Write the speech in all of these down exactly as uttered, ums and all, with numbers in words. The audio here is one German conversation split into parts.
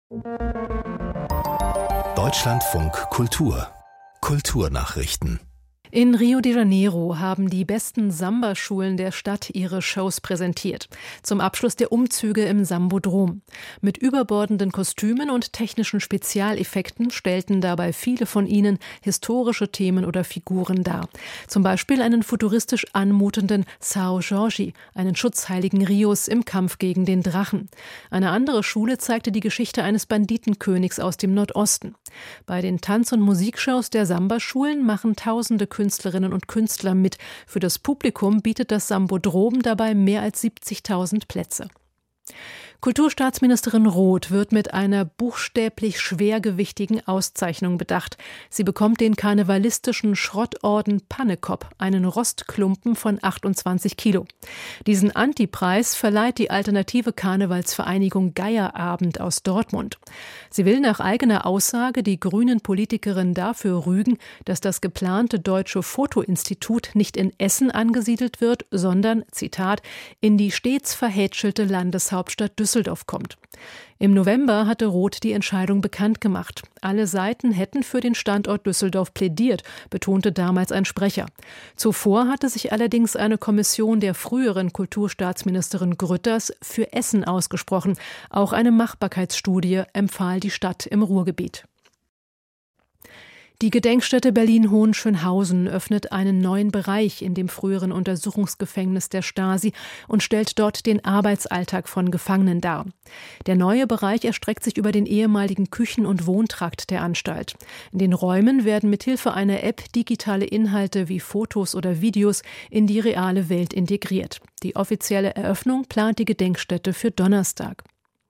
Deutschlandfunk Kultur Kulturnachrichten. In Rio de Janeiro haben die besten Samba-Schulen der Stadt ihre Shows präsentiert. Zum Abschluss der Umzüge im Sambodrom. Mit überbordenden Kostümen und technischen Spezialeffekten stellten dabei viele von ihnen historische Themen oder Figuren dar. Zum Beispiel einen futuristisch anmutenden São Jorge, einen Schutzheiligen Rios im Kampf gegen den Drachen. Eine andere Schule zeigte die Geschichte eines Banditenkönigs aus dem Nordosten. Bei den Tanz- und Musikshows der Samba-Schulen machen tausende Künstlerinnen und Künstler mit. Für das Publikum bietet das Sambodrom dabei mehr als siebzigtausend Plätze. Kulturstaatsministerin Roth wird mit einer buchstäblich schwergewichtigen Auszeichnung bedacht. Sie bekommt den karnevalistischen Schrottorden Pannekop, einen Rostklumpen von achtundzwanzig Kilo. Diesen Antipreis verleiht die alternative Karnevalsvereinigung Geierabend aus Dortmund. Sie will nach eigener Aussage die grünen Politikerin dafür rügen, dass das geplante Deutsche Fotoinstitut nicht in Essen angesiedelt wird, sondern, Zitat, in die stets verhätschelte Landeshauptstadt Düsseldorf Düsseldorf kommt. Im November hatte Roth die Entscheidung bekannt gemacht. Alle Seiten hätten für den Standort Düsseldorf plädiert, betonte damals ein Sprecher. Zuvor hatte sich allerdings eine Kommission der früheren Kulturstaatsministerin Grütters für Essen ausgesprochen. Auch eine Machbarkeitsstudie empfahl die Stadt im Ruhrgebiet. Die Gedenkstätte Berlin-Hohenschönhausen öffnet einen neuen Bereich in dem früheren Untersuchungsgefängnis der Stasi und stellt dort den Arbeitsalltag von Gefangenen dar. Der neue Bereich erstreckt sich über den ehemaligen Küchen- und Wohntrakt der Anstalt. In den Räumen werden mithilfe einer App digitale Inhalte wie Fotos oder Videos in die reale Welt integriert. Die offizielle Eröffnung plant die Gedenkstätte für Donnerstag.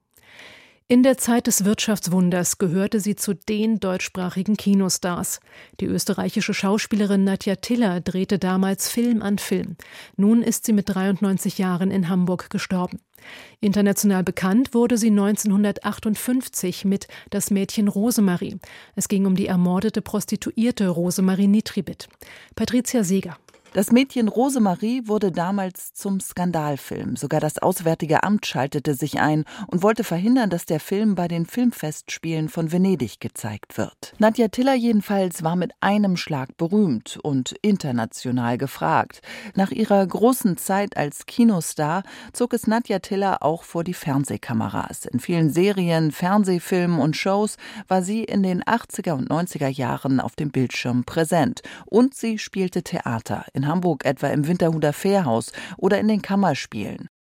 In der Zeit des Wirtschaftswunders gehörte sie zu den deutschsprachigen Kinostars. Die österreichische Schauspielerin Nadja Tiller drehte damals Film an Film. Nun ist sie mit dreiundneunzig Jahren in Hamburg gestorben. International bekannt wurde sie neunzehnhundertachtundfünfzig mit Das Mädchen Rosemarie. Es ging um die ermordete Prostituierte Rosemarie Nitribit. Patricia Seeger. Das Mädchen Rosemarie wurde damals zum Skandalfilm. Sogar das Auswärtige Amt schaltete sich ein und wollte verhindern, dass der Film bei den Filmfestspielen von Venedig gezeigt wird. Nadja Tiller jedenfalls war mit einem Schlag berühmt und international gefragt. Nach ihrer großen Zeit als Kinostar zog es Nadja Tiller auch vor die Fernsehkameras. In vielen Serien, Fernsehfilmen und Shows war sie in den achtziger und neunziger Jahren auf dem Bildschirm präsent. Und sie spielte Theater. In Hamburg etwa im Winterhuder Fährhaus oder in den Kammerspielen.